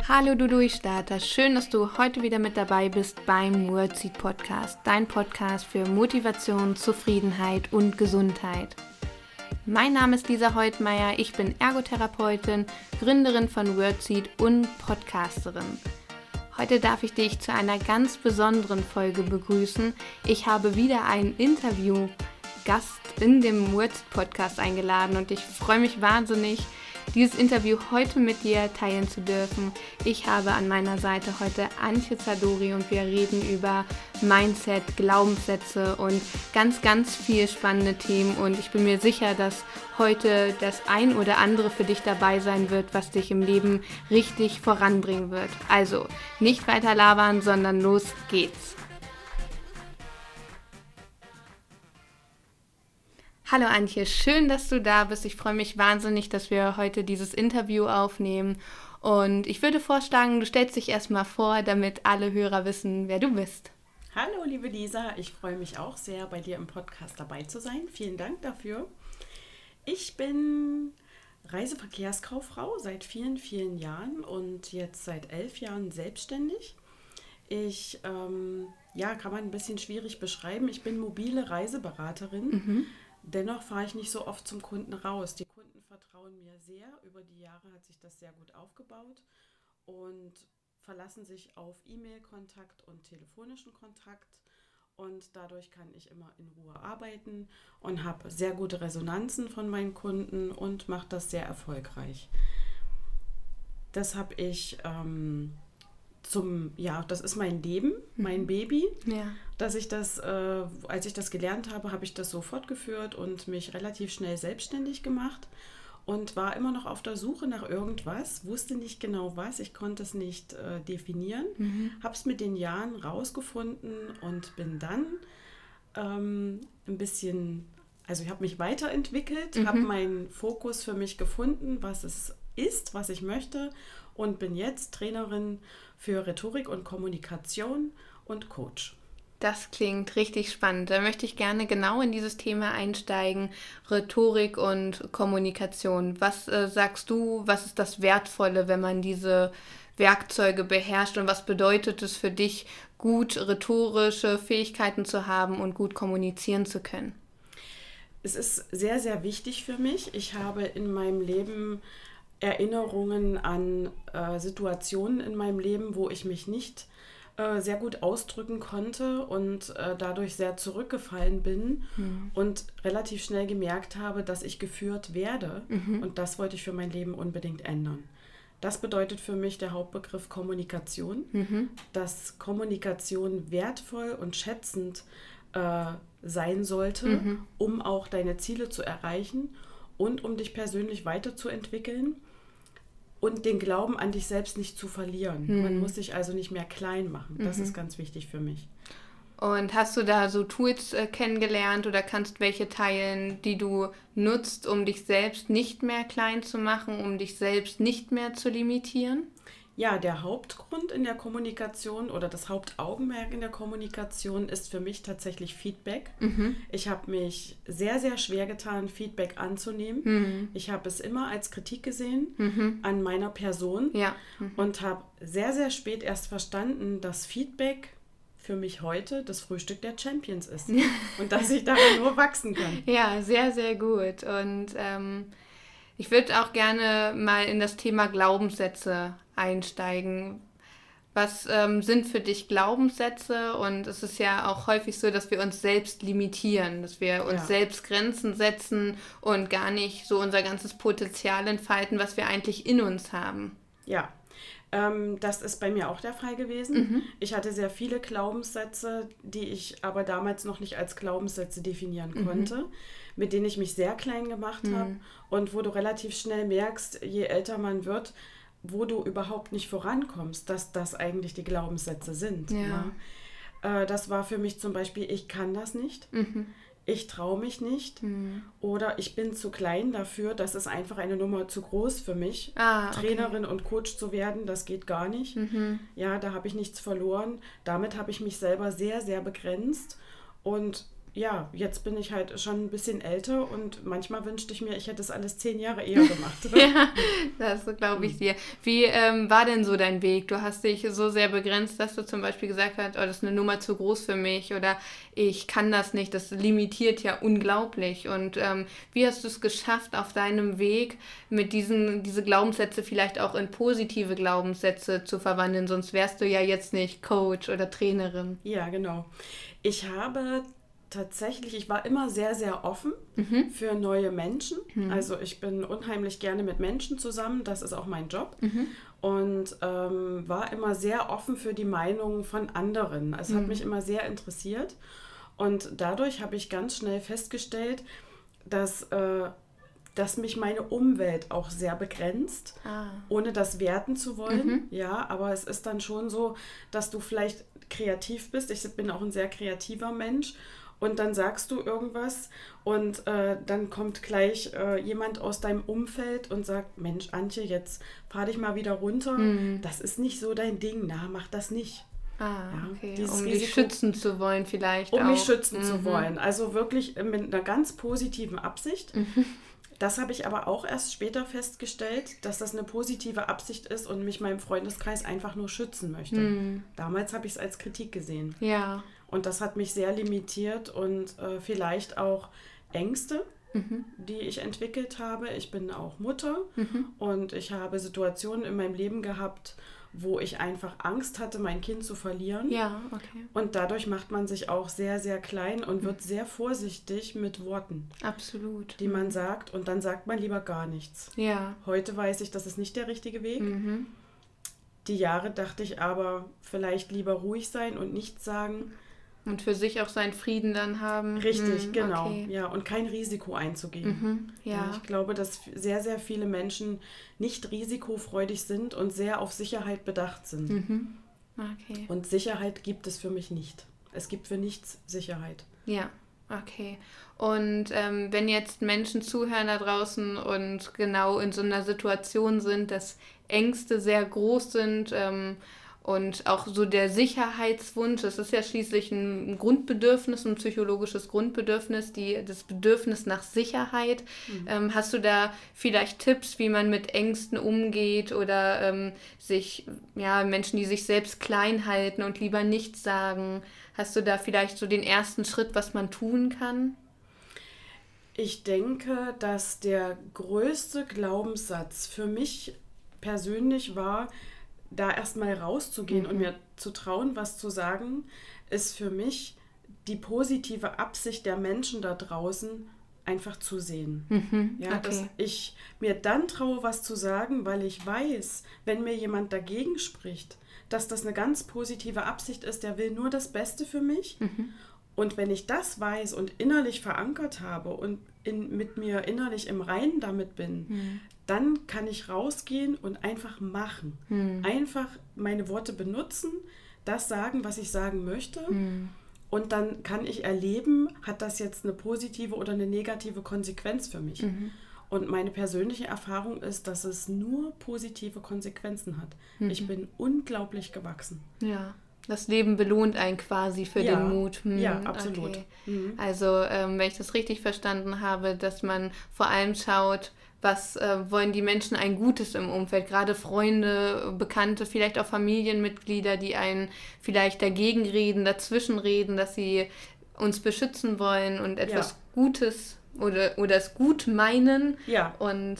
Hallo du Durchstarter, schön, dass du heute wieder mit dabei bist beim WordSeed Podcast, dein Podcast für Motivation, Zufriedenheit und Gesundheit. Mein Name ist Lisa Heutmeier, ich bin Ergotherapeutin, Gründerin von WordSeed und Podcasterin. Heute darf ich dich zu einer ganz besonderen Folge begrüßen. Ich habe wieder einen Interviewgast in dem WordSeed Podcast eingeladen und ich freue mich wahnsinnig, dieses Interview heute mit dir teilen zu dürfen. Ich habe an meiner Seite heute Antje Zadori und wir reden über Mindset, Glaubenssätze und ganz viel spannende Themen. Und ich bin mir sicher, dass heute das ein oder andere für dich dabei sein wird, was dich im Leben richtig voranbringen wird. Also nicht weiter labern, sondern los geht's. Hallo Antje, schön, dass du da bist. Ich freue mich wahnsinnig, dass wir heute dieses Interview aufnehmen. Und ich würde vorschlagen, du stellst dich erstmal vor, damit alle Hörer wissen, wer du bist. Hallo liebe Lisa, ich freue mich auch sehr, bei dir im Podcast dabei zu sein. Vielen Dank dafür. Ich bin Reiseverkehrskauffrau seit vielen Jahren und jetzt seit 11 Jahren selbstständig. Ich, kann man ein bisschen schwierig beschreiben. Ich bin mobile Reiseberaterin. Dennoch fahre ich nicht so oft zum Kunden raus. Die Kunden vertrauen mir sehr. Über die Jahre hat sich das sehr gut aufgebaut und verlassen sich auf E-Mail-Kontakt und telefonischen Kontakt. Und dadurch kann ich immer in Ruhe arbeiten und habe sehr gute Resonanzen von meinen Kunden und mache das sehr erfolgreich. Das habe ich das ist mein Leben, mein Baby. Ja. Dass ich das, als ich das gelernt habe, habe ich das so fortgeführt und mich relativ schnell selbstständig gemacht und war immer noch auf der Suche nach irgendwas, wusste nicht genau was, ich konnte es nicht definieren, habe es mit den Jahren rausgefunden und bin dann ich habe mich weiterentwickelt, habe meinen Fokus für mich gefunden, was es ist, was ich möchte und bin jetzt Trainerin für Rhetorik und Kommunikation und Coach. Das klingt richtig spannend. Da möchte ich gerne genau in dieses Thema einsteigen, Rhetorik und Kommunikation. Was sagst du, was ist das Wertvolle, wenn man diese Werkzeuge beherrscht und was bedeutet es für dich, gut rhetorische Fähigkeiten zu haben und gut kommunizieren zu können? Es ist sehr, sehr wichtig für mich. Ich habe in meinem Leben Erinnerungen an Situationen in meinem Leben, wo ich mich nicht sehr gut ausdrücken konnte und dadurch sehr zurückgefallen bin und relativ schnell gemerkt habe, dass ich geführt werde und das wollte ich für mein Leben unbedingt ändern. Das bedeutet für mich der Hauptbegriff Kommunikation, dass Kommunikation wertvoll und schätzend sein sollte, um auch deine Ziele zu erreichen und um dich persönlich weiterzuentwickeln und den Glauben an dich selbst nicht zu verlieren. Man muss sich also nicht mehr klein machen. Das ist ganz wichtig für mich. Und hast du da so Tools kennengelernt oder kannst welche teilen, die du nutzt, um dich selbst nicht mehr klein zu machen, um dich selbst nicht mehr zu limitieren? Ja, der Hauptgrund in der Kommunikation oder das Hauptaugenmerk in der Kommunikation ist für mich tatsächlich Feedback. Ich habe mich sehr, sehr schwer getan, Feedback anzunehmen. Ich habe es immer als Kritik gesehen an meiner Person und habe sehr, sehr spät erst verstanden, dass Feedback für mich heute das Frühstück der Champions ist und dass ich daran nur wachsen kann. Ja, sehr, sehr gut. Und ich würde auch gerne mal in das Thema Glaubenssätze einsteigen. Was sind für dich Glaubenssätze? Und es ist ja auch häufig so, dass wir uns selbst limitieren, dass wir uns selbst Grenzen setzen und gar nicht so unser ganzes Potenzial entfalten, was wir eigentlich in uns haben. Ja, das ist bei mir auch der Fall gewesen. Ich hatte sehr viele Glaubenssätze, die ich aber damals noch nicht als Glaubenssätze definieren konnte, mit denen ich mich sehr klein gemacht habe und wo du relativ schnell merkst, je älter man wird, wo du überhaupt nicht vorankommst, dass das eigentlich die Glaubenssätze sind. Ja. Das war für mich zum Beispiel, ich kann das nicht, ich traue mich nicht oder ich bin zu klein dafür, das ist einfach eine Nummer zu groß für mich. Trainerin und Coach zu werden, das geht gar nicht. Ja, da habe ich nichts verloren. Damit habe ich mich selber sehr, sehr begrenzt und ja, jetzt bin ich halt schon ein bisschen älter und manchmal wünschte ich mir, ich hätte es alles 10 Jahre eher gemacht. Ja, das glaube ich dir. Wie war denn so dein Weg? Du hast dich so sehr begrenzt, dass du zum Beispiel gesagt hast, oh, das ist eine Nummer zu groß für mich oder ich kann das nicht, das limitiert ja unglaublich. Und wie hast du es geschafft, auf deinem Weg mit diese Glaubenssätze vielleicht auch in positive Glaubenssätze zu verwandeln? Sonst wärst du ja jetzt nicht Coach oder Trainerin. Ja, genau. Ich war immer sehr, sehr offen für neue Menschen. Also ich bin unheimlich gerne mit Menschen zusammen, das ist auch mein Job. Und war immer sehr offen für die Meinungen von anderen. Es hat mich immer sehr interessiert. Und dadurch habe ich ganz schnell festgestellt, dass mich meine Umwelt auch sehr begrenzt, ohne das werten zu wollen. Ja, aber es ist dann schon so, dass du vielleicht kreativ bist. Ich bin auch ein sehr kreativer Mensch. Und dann sagst du irgendwas und dann kommt gleich jemand aus deinem Umfeld und sagt, Mensch, Antje, jetzt fahr dich mal wieder runter. Das ist nicht so dein Ding, mach das nicht. Okay. Um dich schützen zu wollen vielleicht auch. Um mich schützen zu wollen. Also wirklich mit einer ganz positiven Absicht. Das habe ich aber auch erst später festgestellt, dass das eine positive Absicht ist und mich meinem Freundeskreis einfach nur schützen möchte. Damals habe ich es als Kritik gesehen. Ja. Und das hat mich sehr limitiert und vielleicht auch Ängste, die ich entwickelt habe. Ich bin auch Mutter und ich habe Situationen in meinem Leben gehabt, wo ich einfach Angst hatte, mein Kind zu verlieren. Ja, okay. Und dadurch macht man sich auch sehr, sehr klein und wird sehr vorsichtig mit Worten. Absolut. Die man sagt und dann sagt man lieber gar nichts. Ja. Heute weiß ich, das ist nicht der richtige Weg. Die Jahre dachte ich aber, vielleicht lieber ruhig sein und nichts sagen. Und für sich auch seinen Frieden dann haben. Richtig, genau. Okay. Ja, und kein Risiko einzugehen. Ja. Ich glaube, dass sehr, sehr viele Menschen nicht risikofreudig sind und sehr auf Sicherheit bedacht sind. Okay. Und Sicherheit gibt es für mich nicht. Es gibt für nichts Sicherheit. Ja, okay. Und wenn jetzt Menschen zuhören da draußen und genau in so einer Situation sind, dass Ängste sehr groß sind, und auch so der Sicherheitswunsch, das ist ja schließlich ein Grundbedürfnis, ein psychologisches Grundbedürfnis, das Bedürfnis nach Sicherheit. Hast du da vielleicht Tipps, wie man mit Ängsten umgeht oder Menschen, die sich selbst klein halten und lieber nichts sagen? Hast du da vielleicht so den ersten Schritt, was man tun kann? Ich denke, dass der größte Glaubenssatz für mich persönlich war, da erstmal rauszugehen und mir zu trauen, was zu sagen, ist für mich die positive Absicht der Menschen da draußen einfach zu sehen. Ja, okay. Dass ich mir dann traue, was zu sagen, weil ich weiß, wenn mir jemand dagegen spricht, dass das eine ganz positive Absicht ist, der will nur das Beste für mich. Und wenn ich das weiß und innerlich verankert habe und mit mir innerlich im Reinen damit bin, dann kann ich rausgehen und einfach machen. Einfach meine Worte benutzen, das sagen, was ich sagen möchte. Und dann kann ich erleben, hat das jetzt eine positive oder eine negative Konsequenz für mich. Und meine persönliche Erfahrung ist, dass es nur positive Konsequenzen hat. Ich bin unglaublich gewachsen. Ja. Das Leben belohnt einen quasi für den Mut. Ja, absolut. Okay. Also, wenn ich das richtig verstanden habe, dass man vor allem schaut, was wollen die Menschen ein Gutes im Umfeld, gerade Freunde, Bekannte, vielleicht auch Familienmitglieder, die einen vielleicht dagegen reden, dazwischen reden, dass sie uns beschützen wollen und etwas Gutes oder es gut meinen. Ja. Und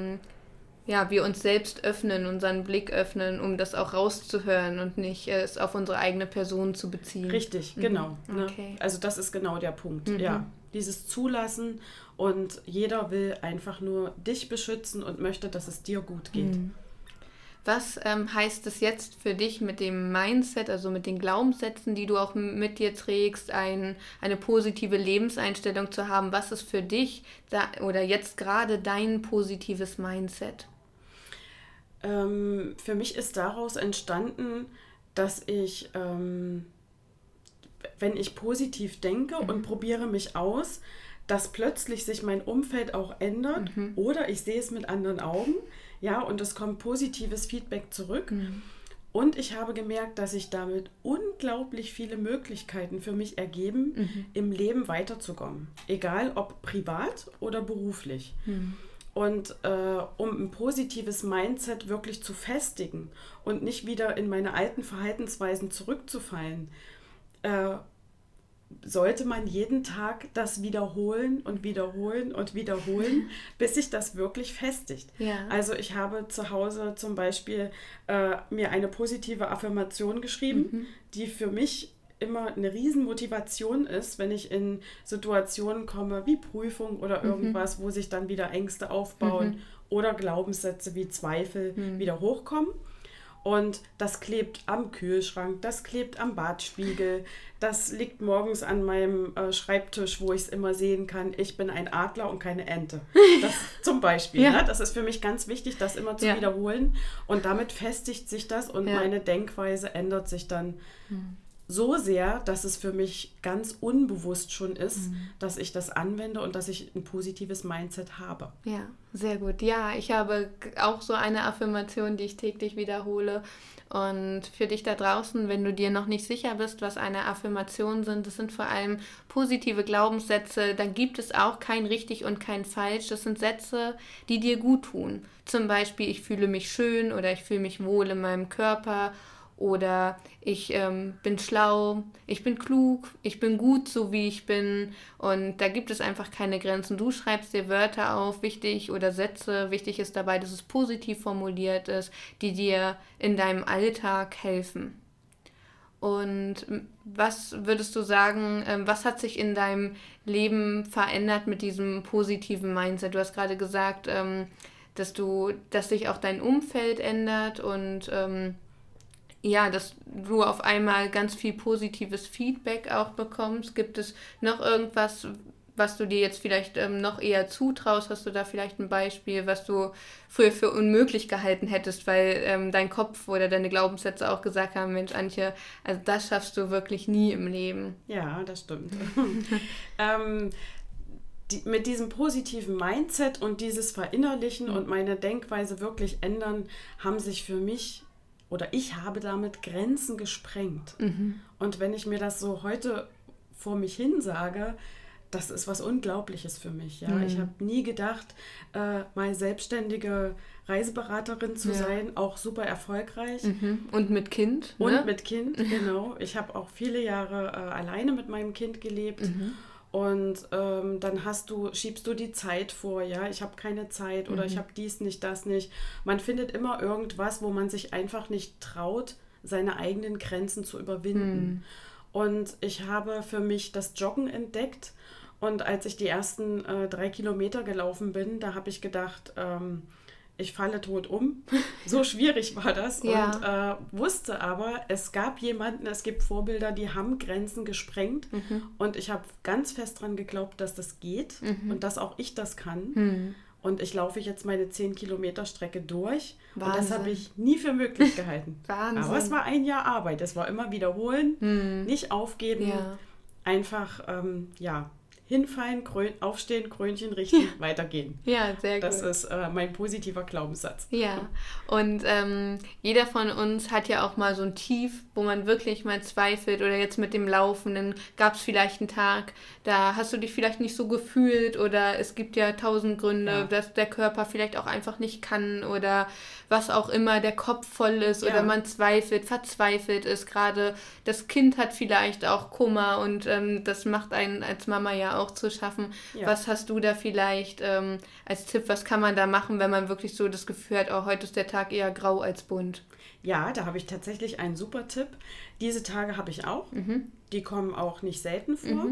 wir uns selbst öffnen, unseren Blick öffnen, um das auch rauszuhören und nicht es auf unsere eigene Person zu beziehen. Richtig, genau. Okay. Ne? Also das ist genau der Punkt. Ja, dieses Zulassen und jeder will einfach nur dich beschützen und möchte, dass es dir gut geht. Was heißt es jetzt für dich mit dem Mindset, also mit den Glaubenssätzen, die du auch mit dir trägst, eine positive Lebenseinstellung zu haben? Was ist für dich oder jetzt gerade dein positives Mindset? Für mich ist daraus entstanden, dass ich, wenn ich positiv denke und probiere mich aus, dass plötzlich sich mein Umfeld auch ändert oder ich sehe es mit anderen Augen, ja, und es kommt positives Feedback zurück Und ich habe gemerkt, dass sich damit unglaublich viele Möglichkeiten für mich ergeben, im Leben weiterzukommen. Egal ob privat oder beruflich. Und um ein positives Mindset wirklich zu festigen und nicht wieder in meine alten Verhaltensweisen zurückzufallen, sollte man jeden Tag das wiederholen und wiederholen und wiederholen, bis sich das wirklich festigt. Ja. Also ich habe zu Hause zum Beispiel mir eine positive Affirmation geschrieben, die für mich immer eine Riesenmotivation ist, wenn ich in Situationen komme wie Prüfung oder irgendwas, wo sich dann wieder Ängste aufbauen oder Glaubenssätze wie Zweifel wieder hochkommen. Und das klebt am Kühlschrank, das klebt am Badspiegel, das liegt morgens an meinem Schreibtisch, wo ich es immer sehen kann. Ich bin ein Adler und keine Ente. Das zum Beispiel. Ja. Ne? Das ist für mich ganz wichtig, das immer zu wiederholen. Und damit festigt sich das und meine Denkweise ändert sich dann so sehr, dass es für mich ganz unbewusst schon ist, dass ich das anwende und dass ich ein positives Mindset habe. Ja, sehr gut. Ja, ich habe auch so eine Affirmation, die ich täglich wiederhole. Und für dich da draußen, wenn du dir noch nicht sicher bist, was eine Affirmation sind, das sind vor allem positive Glaubenssätze, dann gibt es auch kein richtig und kein falsch. Das sind Sätze, die dir gut tun. Zum Beispiel, ich fühle mich schön oder ich fühle mich wohl in meinem Körper. Oder ich bin schlau, ich bin klug, ich bin gut, so wie ich bin. Und da gibt es einfach keine Grenzen. Du schreibst dir Wörter auf, wichtig, oder Sätze. Wichtig ist dabei, dass es positiv formuliert ist, die dir in deinem Alltag helfen. Und was würdest du sagen, was hat sich in deinem Leben verändert mit diesem positiven Mindset? Du hast gerade gesagt, dass sich auch dein Umfeld ändert und dass du auf einmal ganz viel positives Feedback auch bekommst. Gibt es noch irgendwas, was du dir jetzt vielleicht noch eher zutraust? Hast du da vielleicht ein Beispiel, was du früher für unmöglich gehalten hättest, weil dein Kopf oder deine Glaubenssätze auch gesagt haben, Mensch, Antje, also das schaffst du wirklich nie im Leben. Ja, das stimmt. Mit diesem positiven Mindset und dieses Verinnerlichen und meine Denkweise wirklich ändern, haben sich für mich oder ich habe damit Grenzen gesprengt. Und wenn ich mir das so heute vor mich hin sage, das ist was Unglaubliches für mich. Ja? Ich habe nie gedacht, mal selbstständige Reiseberaterin zu sein, auch super erfolgreich. Und mit Kind. Und mit Kind, genau. Ich habe auch viele Jahre alleine mit meinem Kind gelebt. Und dann schiebst du die Zeit vor, ja, ich habe keine Zeit oder ich habe dies nicht, das nicht. Man findet immer irgendwas, wo man sich einfach nicht traut, seine eigenen Grenzen zu überwinden. Und ich habe für mich das Joggen entdeckt und als ich die ersten 3 Kilometer gelaufen bin, da habe ich gedacht, ich falle tot um. So schwierig war das. Und wusste aber, es gibt Vorbilder, die haben Grenzen gesprengt. Und ich habe ganz fest daran geglaubt, dass das geht und dass auch ich das kann. Und ich laufe jetzt meine 10 Kilometer Strecke durch. Wahnsinn. Und das habe ich nie für möglich gehalten. Wahnsinn. Aber es war ein Jahr Arbeit. Es war immer wiederholen, nicht aufgeben, einfach hinfallen, aufstehen, Krönchen richten, weitergehen. Ja, sehr gut. Das ist mein positiver Glaubenssatz. Ja, und jeder von uns hat ja auch mal so ein Tief, wo man wirklich mal zweifelt oder jetzt mit dem Laufen, dann gab es vielleicht einen Tag, da hast du dich vielleicht nicht so gefühlt oder es gibt ja 1000 Gründe, dass der Körper vielleicht auch einfach nicht kann oder was auch immer, der Kopf voll ist oder man verzweifelt ist. Gerade das Kind hat vielleicht auch Kummer und das macht einen als Mama ja auch zu schaffen. Ja. Was hast du da vielleicht als Tipp, was kann man da machen, wenn man wirklich so das Gefühl hat, heute ist der Tag eher grau als bunt? Ja, da habe ich tatsächlich einen super Tipp. Diese Tage habe ich auch. Die kommen auch nicht selten vor.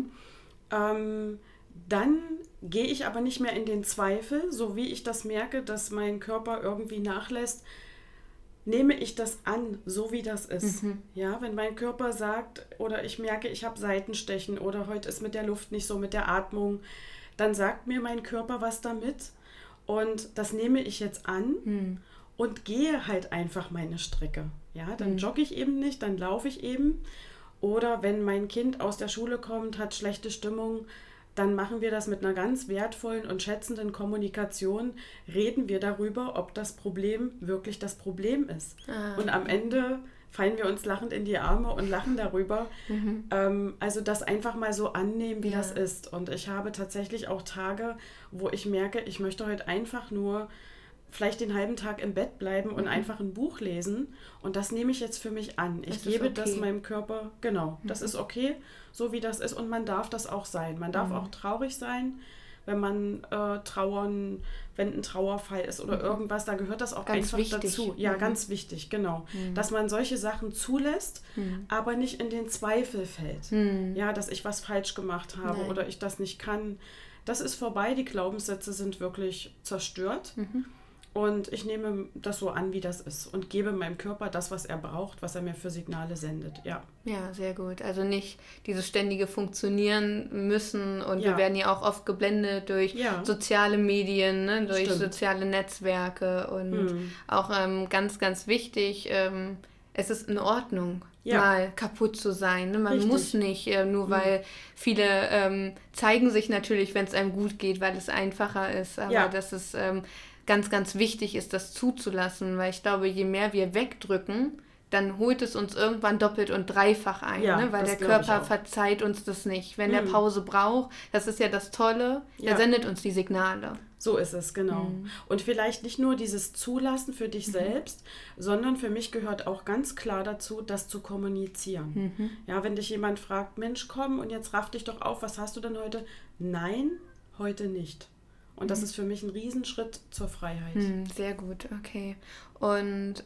Dann gehe ich aber nicht mehr in den Zweifel, so wie ich das merke, dass mein Körper irgendwie nachlässt, nehme ich das an, so wie das ist. Ja, wenn mein Körper sagt oder ich merke, ich habe Seitenstechen oder heute ist mit der Luft nicht so, mit der Atmung, dann sagt mir mein Körper was damit und das nehme ich jetzt an und gehe halt einfach meine Strecke. Ja, dann jogge ich eben nicht, dann laufe ich eben. Oder wenn mein Kind aus der Schule kommt, hat schlechte Stimmung, dann machen wir das mit einer ganz wertvollen und schätzenden Kommunikation, reden wir darüber, ob das Problem wirklich das Problem ist. Und am Ende fallen wir uns lachend in die Arme und lachen darüber. Also das einfach mal so annehmen, wie das ist. Und ich habe tatsächlich auch Tage, wo ich merke, ich möchte heute einfach nur vielleicht den halben Tag im Bett bleiben und einfach ein Buch lesen. Und das nehme ich jetzt für mich an. Ich gebe das meinem Körper, genau, das ist okay, so wie das ist. Und man darf das auch sein. Man darf auch traurig sein, wenn man wenn ein Trauerfall ist oder irgendwas, da gehört das auch ganz einfach wichtig. Dazu. Ja, ganz wichtig, genau. Dass man solche Sachen zulässt, aber nicht in den Zweifel fällt. Ja, dass ich was falsch gemacht habe oder ich das nicht kann. Das ist vorbei, die Glaubenssätze sind wirklich zerstört. Und ich nehme das so an, wie das ist und gebe meinem Körper das, was er braucht, was er mir für Signale sendet. Ja, sehr gut. Also nicht dieses ständige Funktionieren müssen und wir werden ja auch oft geblendet durch soziale Medien, ne, durch soziale Netzwerke und auch ganz, ganz wichtig, es ist in Ordnung, mal kaputt zu sein. Ne? Man muss nicht, nur weil viele zeigen sich natürlich, wenn es einem gut geht, weil es einfacher ist, aber das ist ganz, ganz wichtig ist, das zuzulassen, weil ich glaube, je mehr wir wegdrücken, dann holt es uns irgendwann doppelt und dreifach ein, ne? Weil der Körper verzeiht uns das nicht. Wenn der Pause braucht, das ist ja das Tolle, der sendet uns die Signale. So ist es, genau. Und vielleicht nicht nur dieses Zulassen für dich selbst, sondern für mich gehört auch ganz klar dazu, das zu kommunizieren. Ja, wenn dich jemand fragt, Mensch, komm und jetzt raff dich doch auf, was hast du denn heute? Nein, heute nicht. Und das ist für mich ein Riesenschritt zur Freiheit. Sehr gut, okay. Und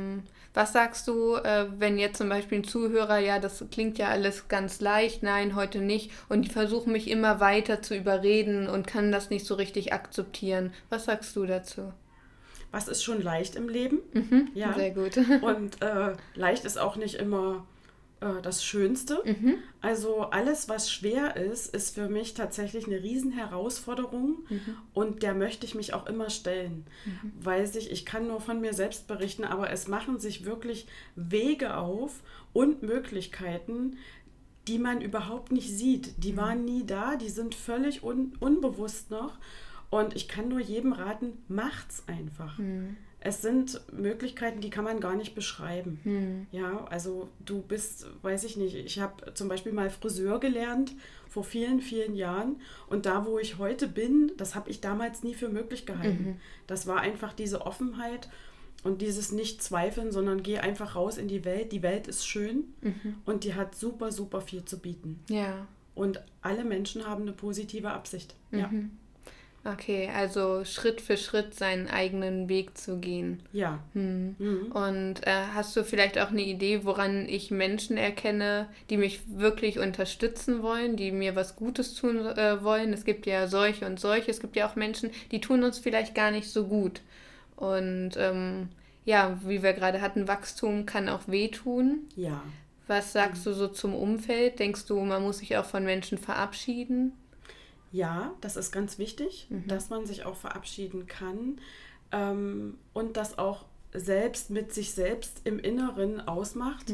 was sagst du, wenn jetzt zum Beispiel ein Zuhörer, das klingt ja alles ganz leicht, nein, heute nicht, und die versuchen mich immer weiter zu überreden und kann das nicht so richtig akzeptieren. Was sagst du dazu? Was ist schon leicht im Leben? Ja. Sehr gut. Und leicht ist auch nicht immer das Schönste. Also alles, was schwer ist für mich tatsächlich eine Riesenherausforderung und der möchte ich mich auch immer stellen. Ich kann nur von mir selbst berichten, aber es machen sich wirklich Wege auf und Möglichkeiten, die man überhaupt nicht sieht. Die waren nie da, die sind völlig unbewusst noch und ich kann nur jedem raten, macht's einfach. Es sind Möglichkeiten, die kann man gar nicht beschreiben. Ja, also du bist, weiß ich nicht, ich habe zum Beispiel mal Friseur gelernt vor vielen, vielen Jahren und da, wo ich heute bin, das habe ich damals nie für möglich gehalten. Das war einfach diese Offenheit und dieses Nicht-Zweifeln, sondern geh einfach raus in die Welt ist schön und die hat super, super viel zu bieten. Ja. Und alle Menschen haben eine positive Absicht. Ja. Okay, also Schritt für Schritt seinen eigenen Weg zu gehen. Ja. Und hast du vielleicht auch eine Idee, woran ich Menschen erkenne, die mich wirklich unterstützen wollen, die mir was Gutes tun wollen? Es gibt ja solche und solche. Es gibt ja auch Menschen, die tun uns vielleicht gar nicht so gut. Und wie wir gerade hatten, Wachstum kann auch wehtun. Ja. Was sagst du so zum Umfeld? Denkst du, man muss sich auch von Menschen verabschieden? Ja, das ist ganz wichtig, dass man sich auch verabschieden kann und das auch selbst mit sich selbst im Inneren ausmacht.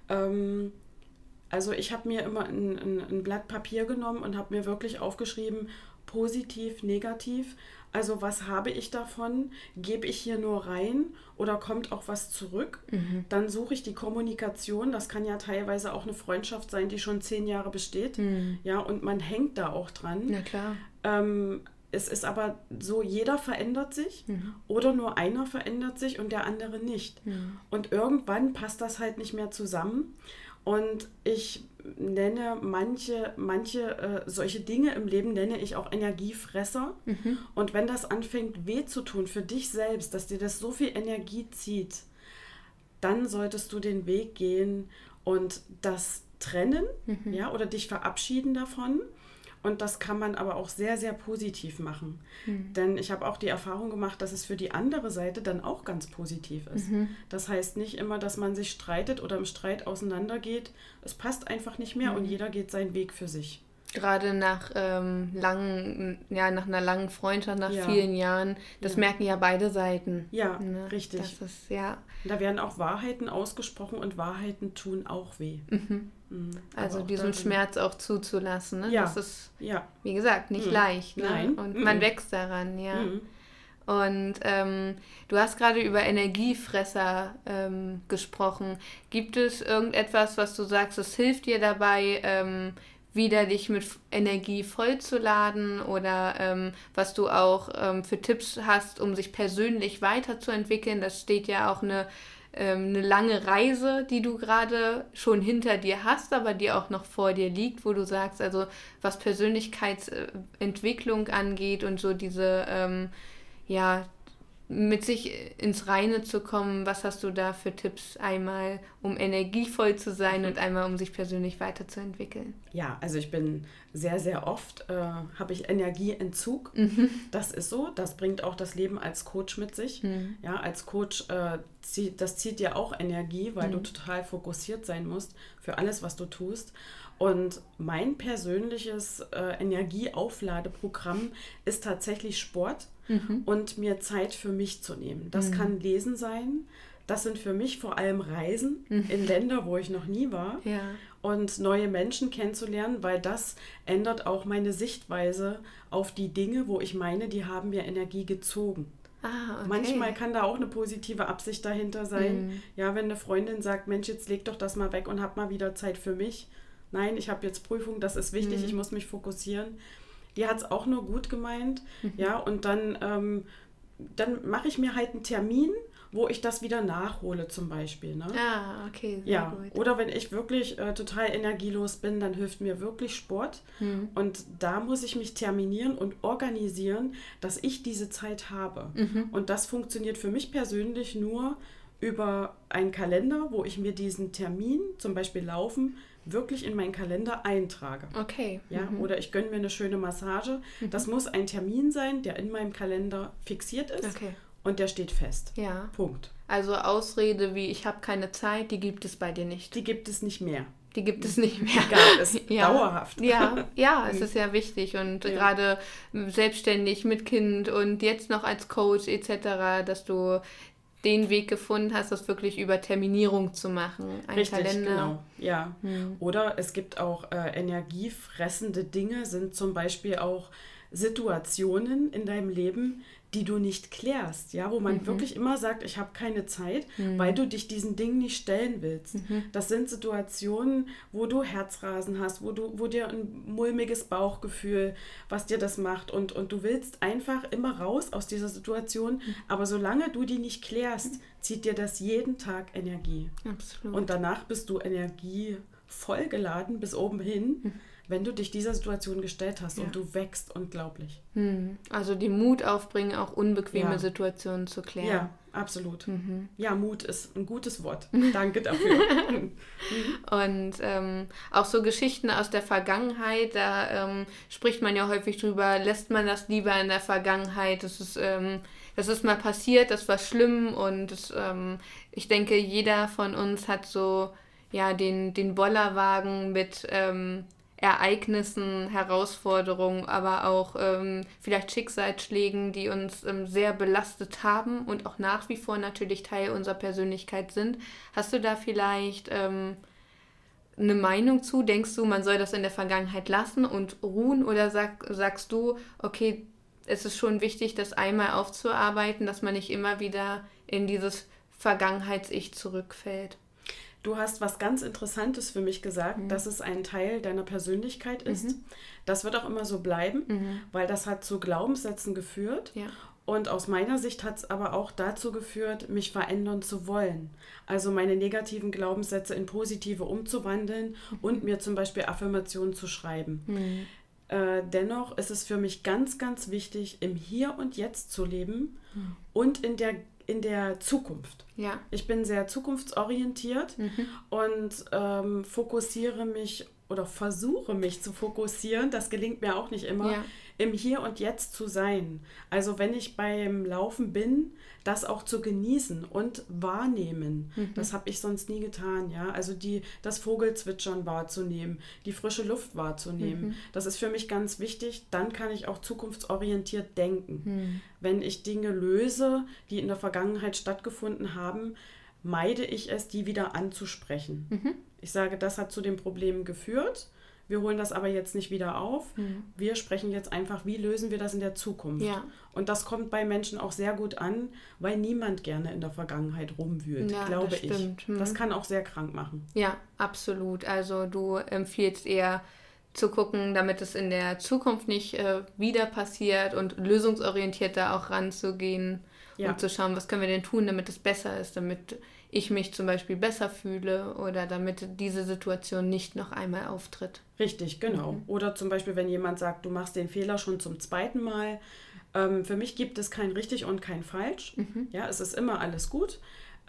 Also ich habe mir immer ein Blatt Papier genommen und habe mir wirklich aufgeschrieben, positiv, negativ. Also was habe ich davon? Gebe ich hier nur rein oder kommt auch was zurück? Dann suche ich die Kommunikation. Das kann ja teilweise auch eine Freundschaft sein, die schon 10 Jahre besteht. Ja, und man hängt da auch dran. Na klar. Es ist aber so, jeder verändert sich oder nur einer verändert sich und der andere nicht. Und irgendwann passt das halt nicht mehr zusammen. Und ich nenne manche solche Dinge im Leben, nenne ich auch Energiefresser. Und wenn das anfängt weh zu tun für dich selbst, dass dir das so viel Energie zieht, dann solltest du den Weg gehen und das trennen, oder dich verabschieden davon. Und das kann man aber auch sehr, sehr positiv machen. Denn ich habe auch die Erfahrung gemacht, dass es für die andere Seite dann auch ganz positiv ist. Das heißt nicht immer, dass man sich streitet oder im Streit auseinandergeht. Es passt einfach nicht mehr und jeder geht seinen Weg für sich. Gerade nach nach einer langen Freundschaft, nach vielen Jahren, das merken ja beide Seiten. Ja, richtig. Das ist, Da werden auch Wahrheiten ausgesprochen und Wahrheiten tun auch weh. Also diesen Schmerz auch zuzulassen. Ne? Ja. Das ist, wie gesagt, nicht leicht. Ne? Nein. Und man wächst daran, ja. Und du hast gerade über Energiefresser gesprochen. Gibt es irgendetwas, was du sagst, das hilft dir dabei, wieder dich mit Energie vollzuladen oder was du auch für Tipps hast, um sich persönlich weiterzuentwickeln? Das steht ja auch eine lange Reise, die du gerade schon hinter dir hast, aber die auch noch vor dir liegt, wo du sagst, also was Persönlichkeitsentwicklung angeht und so diese mit sich ins Reine zu kommen, was hast du da für Tipps? Einmal, um energievoll zu sein und einmal, um sich persönlich weiterzuentwickeln. Ja, also ich bin sehr, sehr oft, habe ich Energieentzug. Das ist so, das bringt auch das Leben als Coach mit sich. Ja, als Coach, das zieht dir auch Energie, weil du total fokussiert sein musst für alles, was du tust. Und mein persönliches Energieaufladeprogramm ist tatsächlich Sport und mir Zeit für mich zu nehmen. Das kann Lesen sein. Das sind für mich vor allem Reisen in Länder, wo ich noch nie war. Ja. Und neue Menschen kennenzulernen, weil das ändert auch meine Sichtweise auf die Dinge, wo ich meine, die haben mir Energie gezogen. Okay. Manchmal kann da auch eine positive Absicht dahinter sein. Ja, wenn eine Freundin sagt, Mensch, jetzt leg doch das mal weg und hab mal wieder Zeit für mich. Nein, ich habe jetzt Prüfung, das ist wichtig, ich muss mich fokussieren. Die hat es auch nur gut gemeint. Ja, und dann mache ich mir halt einen Termin, wo ich das wieder nachhole zum Beispiel. Ne? Okay, sehr gut. Oder wenn ich wirklich total energielos bin, dann hilft mir wirklich Sport. Und da muss ich mich terminieren und organisieren, dass ich diese Zeit habe. Und das funktioniert für mich persönlich nur über einen Kalender, wo ich mir diesen Termin, zum Beispiel Laufen, wirklich in meinen Kalender eintrage. Okay. Ja, oder ich gönne mir eine schöne Massage. Das muss ein Termin sein, der in meinem Kalender fixiert ist. Okay. Und der steht fest. Ja. Punkt. Also Ausrede wie ich habe keine Zeit, die gibt es bei dir nicht. Die gibt es nicht mehr. Die gibt es nicht mehr. Die gab es dauerhaft. Ja, es ist ja wichtig und gerade selbstständig mit Kind und jetzt noch als Coach etc., dass du den Weg gefunden hast, das wirklich über Terminierung zu machen. Richtig, Kalender. genau. Ja. Oder es gibt auch energiefressende Dinge, sind zum Beispiel auch Situationen in deinem Leben, die du nicht klärst, ja, wo man wirklich immer sagt, ich habe keine Zeit, weil du dich diesen Dingen nicht stellen willst. Das sind Situationen, wo du Herzrasen hast, wo dir ein mulmiges Bauchgefühl, was dir das macht und du willst einfach immer raus aus dieser Situation, aber solange du die nicht klärst, zieht dir das jeden Tag Energie. Absolut. Und danach bist du energievoll geladen bis oben hin, wenn du dich dieser Situation gestellt hast und du wächst unglaublich. Also den Mut aufbringen, auch unbequeme Situationen zu klären. Ja, absolut. Ja, Mut ist ein gutes Wort. Danke dafür. Und auch so Geschichten aus der Vergangenheit, da spricht man ja häufig drüber, lässt man das lieber in der Vergangenheit. Das ist mal passiert, das war schlimm und ich denke, jeder von uns hat so den Bollerwagen mit Ereignissen, Herausforderungen, aber auch vielleicht Schicksalsschlägen, die uns sehr belastet haben und auch nach wie vor natürlich Teil unserer Persönlichkeit sind. Hast du da vielleicht eine Meinung zu? Denkst du, man soll das in der Vergangenheit lassen und ruhen oder sagst du, okay, es ist schon wichtig, das einmal aufzuarbeiten, dass man nicht immer wieder in dieses Vergangenheits-Ich zurückfällt? Du hast was ganz Interessantes für mich gesagt, dass es ein Teil deiner Persönlichkeit ist. Das wird auch immer so bleiben, weil das hat zu Glaubenssätzen geführt. Ja. Und aus meiner Sicht hat es aber auch dazu geführt, mich verändern zu wollen. Also meine negativen Glaubenssätze in positive umzuwandeln und mir zum Beispiel Affirmationen zu schreiben. Dennoch ist es für mich ganz, ganz wichtig, im Hier und Jetzt zu leben und in der Zukunft. Ja. Ich bin sehr zukunftsorientiert und fokussiere mich oder versuche mich zu fokussieren, das gelingt mir auch nicht immer, im Hier und Jetzt zu sein. Also wenn ich beim Laufen bin, das auch zu genießen und wahrnehmen. Das habe ich sonst nie getan. Ja? Also das Vogelzwitschern wahrzunehmen, die frische Luft wahrzunehmen. Das ist für mich ganz wichtig. Dann kann ich auch zukunftsorientiert denken. Wenn ich Dinge löse, die in der Vergangenheit stattgefunden haben, meide ich es, die wieder anzusprechen. Ich sage, das hat zu den Problemen geführt. Wir holen das aber jetzt nicht wieder auf. Wir sprechen jetzt einfach, wie lösen wir das in der Zukunft? Ja. Und das kommt bei Menschen auch sehr gut an, weil niemand gerne in der Vergangenheit rumwühlt, glaube ich. Das kann auch sehr krank machen. Ja, absolut. Also du empfiehlst eher zu gucken, damit es in der Zukunft nicht wieder passiert und lösungsorientiert da auch ranzugehen und zu schauen, was können wir denn tun, damit es besser ist, damit ich mich zum Beispiel besser fühle oder damit diese Situation nicht noch einmal auftritt. Richtig, genau. Oder zum Beispiel, wenn jemand sagt, du machst den Fehler schon zum zweiten Mal. Für mich gibt es kein richtig und kein falsch. Ja, es ist immer alles gut.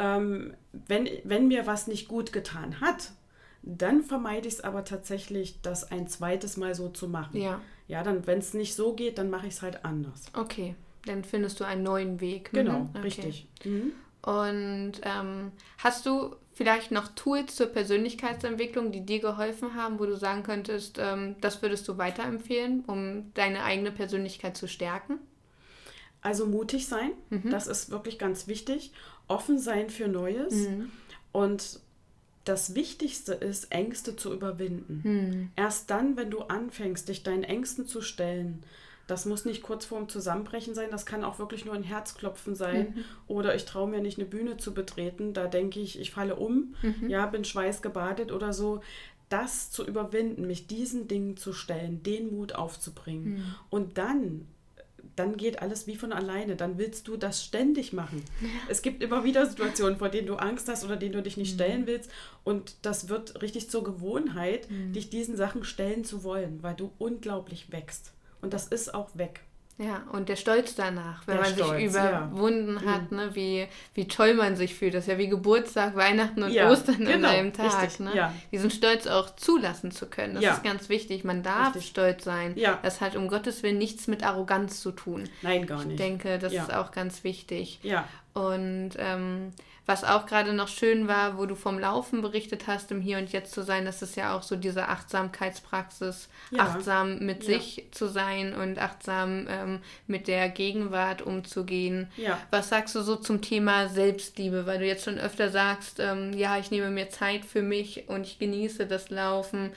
Wenn mir was nicht gut getan hat, dann vermeide ich es aber tatsächlich, das ein zweites Mal so zu machen. Ja, dann, wenn es nicht so geht, dann mache ich es halt anders. Okay, dann findest du einen neuen Weg. Genau, richtig. Und hast du vielleicht noch Tools zur Persönlichkeitsentwicklung, die dir geholfen haben, wo du sagen könntest, das würdest du weiterempfehlen, um deine eigene Persönlichkeit zu stärken? Also mutig sein, das ist wirklich ganz wichtig. Offen sein für Neues. Und das Wichtigste ist, Ängste zu überwinden. Erst dann, wenn du anfängst, dich deinen Ängsten zu stellen, das muss nicht kurz vorm Zusammenbrechen sein, das kann auch wirklich nur ein Herzklopfen sein. Oder ich traue mir nicht, eine Bühne zu betreten, da denke ich, ich falle um, bin schweißgebadet oder so. Das zu überwinden, mich diesen Dingen zu stellen, den Mut aufzubringen. Und dann geht alles wie von alleine. Dann willst du das ständig machen. Es gibt immer wieder Situationen, vor denen du Angst hast oder denen du dich nicht stellen willst. Und das wird richtig zur Gewohnheit, dich diesen Sachen stellen zu wollen, weil du unglaublich wächst. Und das ist auch weg. Ja, und der Stolz danach, wenn man sich überwunden hat, ne, wie toll man sich fühlt. Das ist ja wie Geburtstag, Weihnachten und Ostern an einem Tag. Richtig, ne? Diesen Stolz auch zulassen zu können, das ist ganz wichtig. Man darf stolz sein. Das hat um Gottes Willen nichts mit Arroganz zu tun. Nein, gar nicht. Ich denke, das ist auch ganz wichtig. Ja. Und was auch gerade noch schön war, wo du vom Laufen berichtet hast, im Hier und Jetzt zu sein, das ist ja auch so diese Achtsamkeitspraxis, achtsam mit sich zu sein und achtsam mit der Gegenwart umzugehen. Was sagst du so zum Thema Selbstliebe? Weil du jetzt schon öfter sagst, ich nehme mir Zeit für mich und ich genieße das Laufen.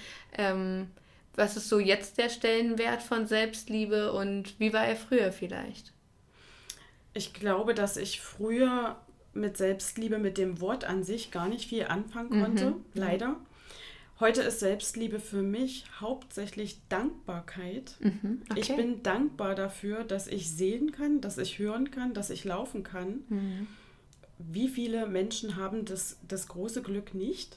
Was ist so jetzt der Stellenwert von Selbstliebe und wie war er früher vielleicht? Ich glaube, dass ich früher mit Selbstliebe, mit dem Wort an sich gar nicht viel anfangen konnte, leider. Heute ist Selbstliebe für mich hauptsächlich Dankbarkeit. Okay. Ich bin dankbar dafür, dass ich sehen kann, dass ich hören kann, dass ich laufen kann. Wie viele Menschen haben das große Glück nicht?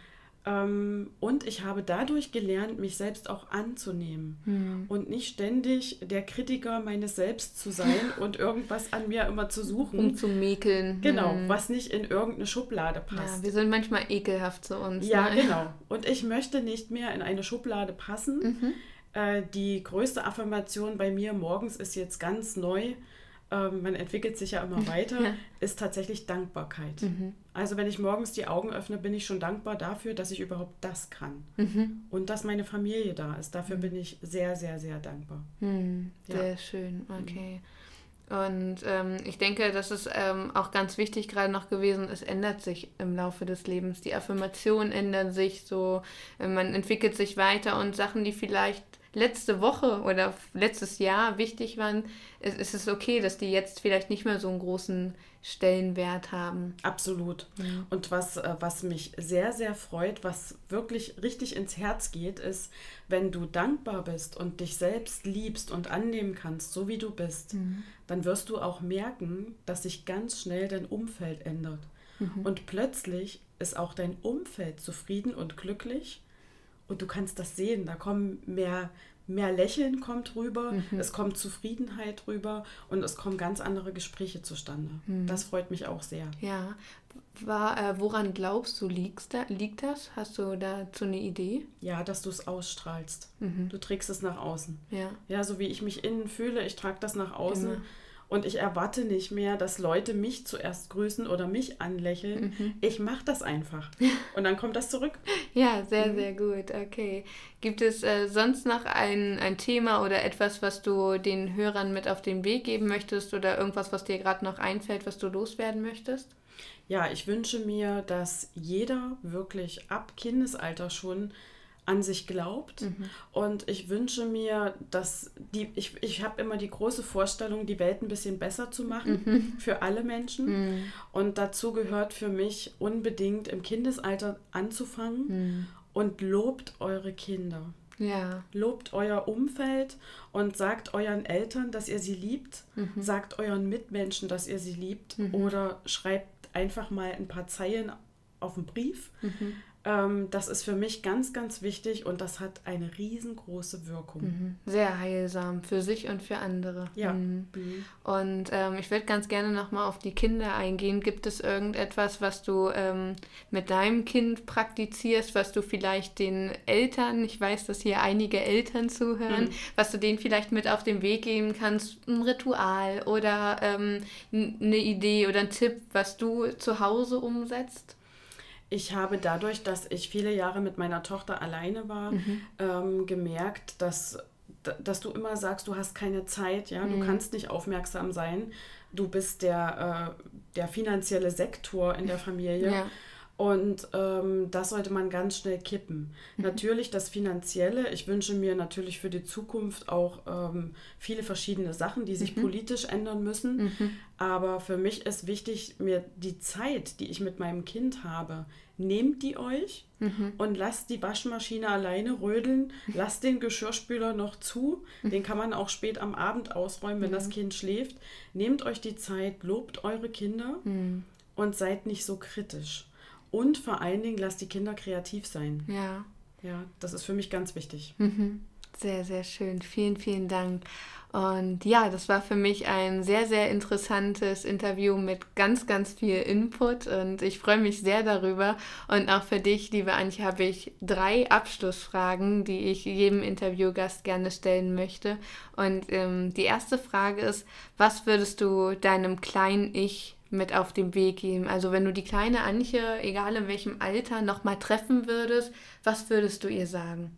Und ich habe dadurch gelernt, mich selbst auch anzunehmen und nicht ständig der Kritiker meines Selbst zu sein und irgendwas an mir immer zu suchen. Umzumäkeln. Genau, was nicht in irgendeine Schublade passt. Ja, wir sind manchmal ekelhaft zu uns. Ja, genau. Und ich möchte nicht mehr in eine Schublade passen. Die größte Affirmation bei mir morgens ist jetzt ganz neu, man entwickelt sich ja immer weiter, ist tatsächlich Dankbarkeit. Also wenn ich morgens die Augen öffne, bin ich schon dankbar dafür, dass ich überhaupt das kann. Und dass meine Familie da ist. Dafür bin ich sehr, sehr, sehr dankbar. Sehr schön, okay. Und ich denke, das ist auch ganz wichtig gerade noch gewesen, es ändert sich im Laufe des Lebens. Die Affirmationen ändern sich so, man entwickelt sich weiter und Sachen, die vielleicht letzte Woche oder letztes Jahr wichtig waren, ist es okay, dass die jetzt vielleicht nicht mehr so einen großen Stellenwert haben. Absolut. Und was mich sehr, sehr freut, was wirklich richtig ins Herz geht, ist, wenn du dankbar bist und dich selbst liebst und annehmen kannst, so wie du bist, dann wirst du auch merken, dass sich ganz schnell dein Umfeld ändert. Und plötzlich ist auch dein Umfeld zufrieden und glücklich. Und du kannst das sehen, da kommen mehr Lächeln kommt rüber, es kommt Zufriedenheit rüber und es kommen ganz andere Gespräche zustande. Das freut mich auch sehr. Ja, Woran glaubst du, liegt das? Hast du dazu eine Idee? Ja, dass du es ausstrahlst. Du trägst es nach außen. Ja. Ja, so wie ich mich innen fühle, ich trage das nach außen. Immer. Und ich erwarte nicht mehr, dass Leute mich zuerst grüßen oder mich anlächeln. Ich mache das einfach. Und dann kommt das zurück. Ja, sehr, sehr gut. Okay. Gibt es sonst noch ein Thema oder etwas, was du den Hörern mit auf den Weg geben möchtest oder irgendwas, was dir gerade noch einfällt, was du loswerden möchtest? Ja, ich wünsche mir, dass jeder wirklich ab Kindesalter schon an sich glaubt. Und ich wünsche mir, dass ich habe immer die große Vorstellung, die Welt ein bisschen besser zu machen für alle Menschen. Und dazu gehört für mich unbedingt im Kindesalter anzufangen und lobt eure Kinder. Ja. Lobt euer Umfeld und sagt euren Eltern, dass ihr sie liebt. Sagt euren Mitmenschen, dass ihr sie liebt. Oder schreibt einfach mal ein paar Zeilen auf einen Brief. Das ist für mich ganz, ganz wichtig und das hat eine riesengroße Wirkung. Sehr heilsam für sich und für andere. Ja. Und ich würde ganz gerne nochmal auf die Kinder eingehen. Gibt es irgendetwas, was du mit deinem Kind praktizierst, was du vielleicht den Eltern, ich weiß, dass hier einige Eltern zuhören, was du denen vielleicht mit auf den Weg geben kannst, ein Ritual oder eine Idee oder ein Tipp, was du zu Hause umsetzt? Ich habe dadurch, dass ich viele Jahre mit meiner Tochter alleine war, gemerkt, dass du immer sagst, du hast keine Zeit, ja, du kannst nicht aufmerksam sein, du bist der finanzielle Sektor in der Familie. Ja. Und das sollte man ganz schnell kippen. Natürlich das Finanzielle. Ich wünsche mir natürlich für die Zukunft auch viele verschiedene Sachen, die sich politisch ändern müssen. Aber für mich ist wichtig, mir die Zeit, die ich mit meinem Kind habe, nehmt die euch und lasst die Waschmaschine alleine rödeln. Lasst den Geschirrspüler noch zu. Den kann man auch spät am Abend ausräumen, wenn das Kind schläft. Nehmt euch die Zeit, lobt eure Kinder und seid nicht so kritisch. Und vor allen Dingen lasst die Kinder kreativ sein. Ja. Ja, das ist für mich ganz wichtig. Sehr, sehr schön. Vielen, vielen Dank. Und ja, das war für mich ein sehr, sehr interessantes Interview mit ganz, ganz viel Input und ich freue mich sehr darüber. Und auch für dich, liebe Antje, habe ich 3 Abschlussfragen, die ich jedem Interviewgast gerne stellen möchte. Und die erste Frage ist, was würdest du deinem kleinen Ich mit auf den Weg geben? Also wenn du die kleine Antje, egal in welchem Alter, nochmal treffen würdest, was würdest du ihr sagen?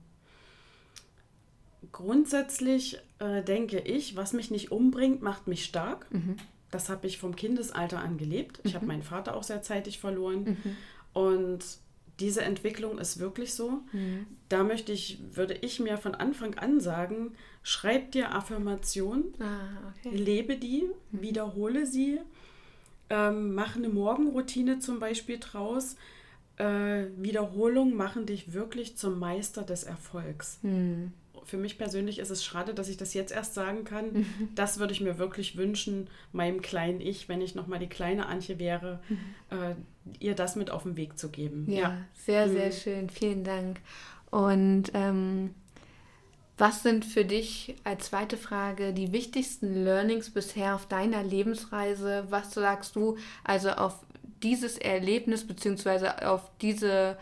Grundsätzlich denke ich, was mich nicht umbringt, macht mich stark. Das habe ich vom Kindesalter an gelebt. Ich habe meinen Vater auch sehr zeitig verloren. Und diese Entwicklung ist wirklich so. Da würde ich mir von Anfang an sagen, schreib dir Affirmationen, lebe die, wiederhole sie, mach eine Morgenroutine zum Beispiel draus. Wiederholungen machen dich wirklich zum Meister des Erfolgs. Für mich persönlich ist es schade, dass ich das jetzt erst sagen kann. Das würde ich mir wirklich wünschen, meinem kleinen Ich, wenn ich nochmal die kleine Antje wäre, ihr das mit auf den Weg zu geben. Ja, sehr, sehr schön. Vielen Dank. Und was sind für dich als zweite Frage die wichtigsten Learnings bisher auf deiner Lebensreise? Was sagst du also auf dieses Erlebnis beziehungsweise auf diesen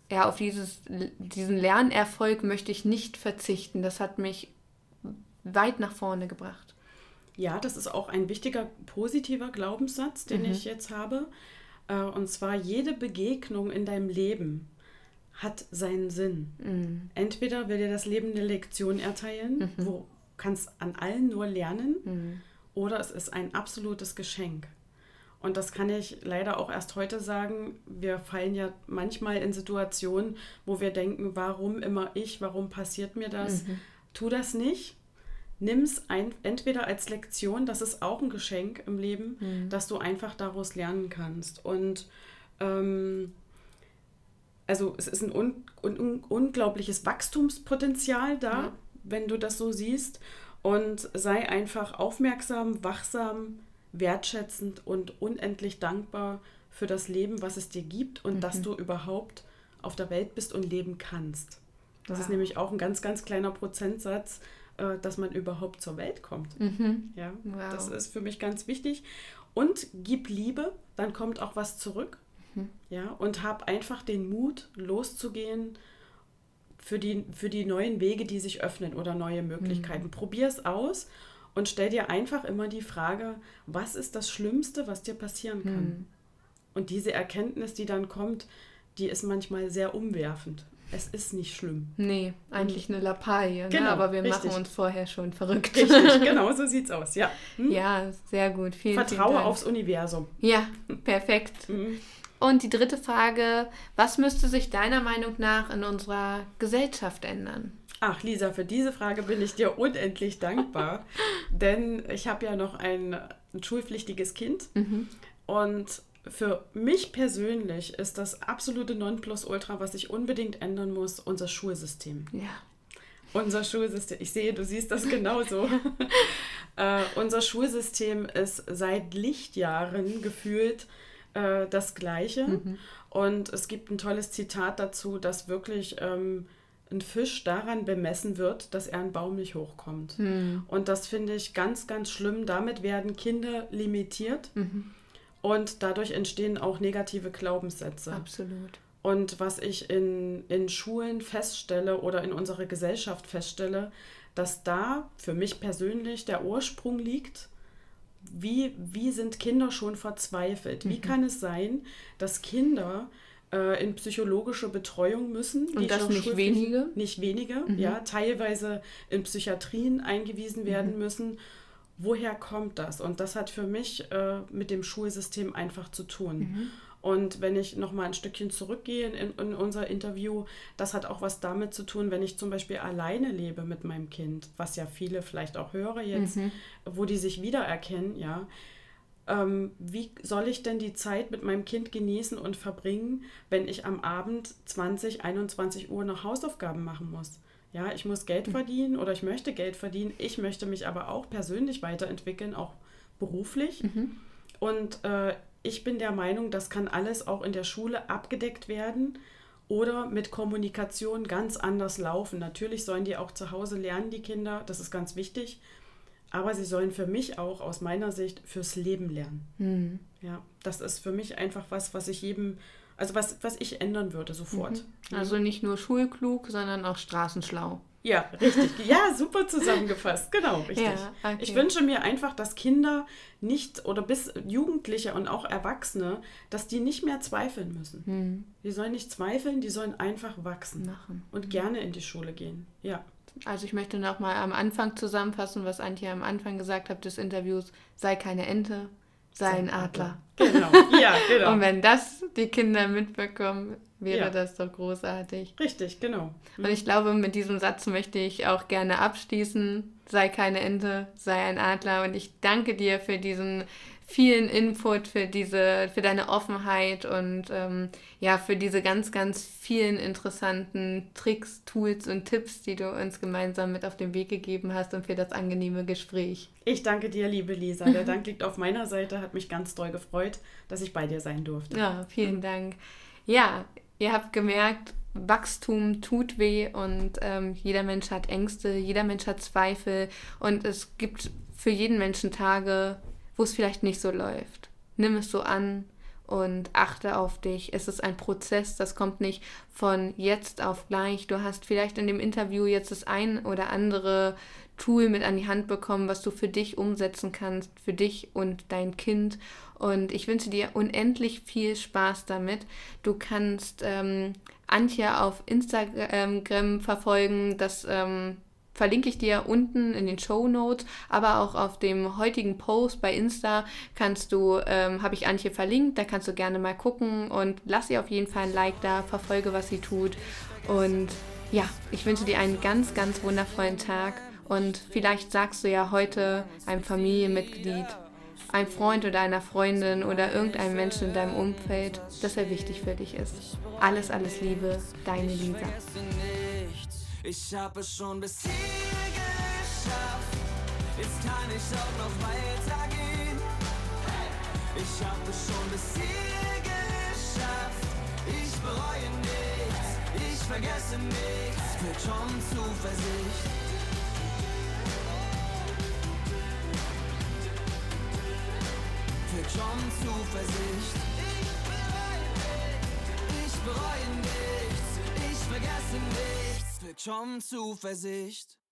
Lernerfolg möchte ich nicht verzichten. Das hat mich weit nach vorne gebracht. Ja, das ist auch ein wichtiger, positiver Glaubenssatz, den ich jetzt habe. Und zwar, jede Begegnung in deinem Leben hat seinen Sinn. Entweder will dir das Leben eine Lektion erteilen, wo kannst an allen nur lernen, oder es ist ein absolutes Geschenk. Und das kann ich leider auch erst heute sagen. Wir fallen ja manchmal in Situationen, wo wir denken, warum immer ich, warum passiert mir das? Tu das nicht. Nimm es entweder als Lektion, das ist auch ein Geschenk im Leben, dass du einfach daraus lernen kannst. Und also es ist ein unglaubliches Wachstumspotenzial da, wenn du das so siehst. Und sei einfach aufmerksam, wachsam, wertschätzend und unendlich dankbar für das Leben, was es dir gibt und dass du überhaupt auf der Welt bist und leben kannst. Das ist nämlich auch ein ganz, ganz kleiner Prozentsatz, dass man überhaupt zur Welt kommt. Ja, das ist für mich ganz wichtig. Und gib Liebe, dann kommt auch was zurück. Ja, und habe einfach den Mut, loszugehen für die neuen Wege, die sich öffnen oder neue Möglichkeiten. Probier es aus und stell dir einfach immer die Frage, was ist das Schlimmste, was dir passieren kann? Und diese Erkenntnis, die dann kommt, die ist manchmal sehr umwerfend. Es ist nicht schlimm. Nee, eigentlich eine Lappalie, Genau, ne? Aber wir richtig. machen uns vorher schon verrückt. Richtig, genau, so sieht's aus, ja. Ja, sehr gut. Vielen Vertraue Dank. aufs Universum. Ja, perfekt. Und die dritte Frage, was müsste sich deiner Meinung nach in unserer Gesellschaft ändern? Ach, Lisa, für diese Frage bin ich dir unendlich dankbar, denn ich habe ja noch ein schulpflichtiges Kind und für mich persönlich ist das absolute Nonplusultra, was ich unbedingt ändern muss, unser Schulsystem. Ja. Unser Schulsystem, ich sehe, du siehst das genauso. Unser Schulsystem ist seit Lichtjahren gefühlt das Gleiche. Und es gibt ein tolles Zitat dazu, dass wirklich ein Fisch daran bemessen wird, dass er einen Baum nicht hochkommt. Und das finde ich ganz, ganz schlimm. Damit werden Kinder limitiert. Und dadurch entstehen auch negative Glaubenssätze. Absolut. Und was ich in Schulen feststelle oder in unserer Gesellschaft feststelle, dass da für mich persönlich der Ursprung liegt, wie sind Kinder schon verzweifelt? Wie kann es sein, dass Kinder in psychologische Betreuung müssen? Und das nicht wenige? Nicht wenige, ja, teilweise in Psychiatrien eingewiesen werden müssen. Woher kommt das? Und das hat für mich mit dem Schulsystem einfach zu tun. Und wenn ich nochmal ein Stückchen zurückgehe in unser Interview, das hat auch was damit zu tun, wenn ich zum Beispiel alleine lebe mit meinem Kind, was ja viele vielleicht auch höre jetzt, wo die sich wiedererkennen, ja. Wie soll ich denn die Zeit mit meinem Kind genießen und verbringen, wenn ich am Abend 20, 21 Uhr noch Hausaufgaben machen muss? Ja, ich muss Geld verdienen oder ich möchte Geld verdienen. Ich möchte mich aber auch persönlich weiterentwickeln, auch beruflich. Und ich bin der Meinung, das kann alles auch in der Schule abgedeckt werden oder mit Kommunikation ganz anders laufen. Natürlich sollen die auch zu Hause lernen, die Kinder, das ist ganz wichtig. Aber sie sollen für mich auch aus meiner Sicht fürs Leben lernen. Ja, das ist für mich einfach was ich jedem... Also was ich ändern würde, sofort. Also nicht nur schulklug, sondern auch straßenschlau. Ja, richtig. Ja, super zusammengefasst. Genau, richtig. Ja, okay. Ich wünsche mir einfach, dass Kinder nicht, oder bis Jugendliche und auch Erwachsene, dass die nicht mehr zweifeln müssen. Die sollen nicht zweifeln, die sollen einfach wachsen. Und gerne in die Schule gehen. Ja. Also ich möchte noch mal am Anfang zusammenfassen, was Antje am Anfang gesagt hat des Interviews. Sei keine Ente, sei ein Adler. Genau, ja, genau. Und wenn das die Kinder mitbekommen, wäre das doch großartig. Richtig, genau. Und ich glaube, mit diesem Satz möchte ich auch gerne abschließen. Sei keine Ente, sei ein Adler. Und ich danke dir für diesen vielen Input, für deine Offenheit und für diese ganz, ganz vielen interessanten Tricks, Tools und Tipps, die du uns gemeinsam mit auf den Weg gegeben hast und für das angenehme Gespräch. Ich danke dir, liebe Lisa. Der Dank liegt auf meiner Seite. Hat mich ganz doll gefreut, dass ich bei dir sein durfte. Ja, vielen Dank. Ja, ihr habt gemerkt, Wachstum tut weh und jeder Mensch hat Ängste, jeder Mensch hat Zweifel und es gibt für jeden Menschen Tage, wo es vielleicht nicht so läuft. Nimm es so an und achte auf dich. Es ist ein Prozess, das kommt nicht von jetzt auf gleich. Du hast vielleicht in dem Interview jetzt das ein oder andere Tool mit an die Hand bekommen, was du für dich umsetzen kannst, für dich und dein Kind. Und ich wünsche dir unendlich viel Spaß damit. Du kannst Antje auf Instagram verfolgen, das verlinke ich dir unten in den Shownotes, aber auch auf dem heutigen Post bei Insta habe ich Antje verlinkt, da kannst du gerne mal gucken und lass ihr auf jeden Fall ein Like da, verfolge, was sie tut und ja, ich wünsche dir einen ganz, ganz wundervollen Tag und vielleicht sagst du ja heute einem Familienmitglied, einem Freund oder einer Freundin oder irgendeinem Menschen in deinem Umfeld, dass er wichtig für dich ist. Alles, alles Liebe, deine Lisa. Ich hab es schon bis hier geschafft, jetzt kann ich auch noch weitergehen. Ich hab es schon bis hier geschafft, ich bereue nichts, ich vergesse nichts, fühlt schon Zuversicht. Fühlt schon Zuversicht. bereue nichts, ich vergesse nichts. Willkommen Zuversicht.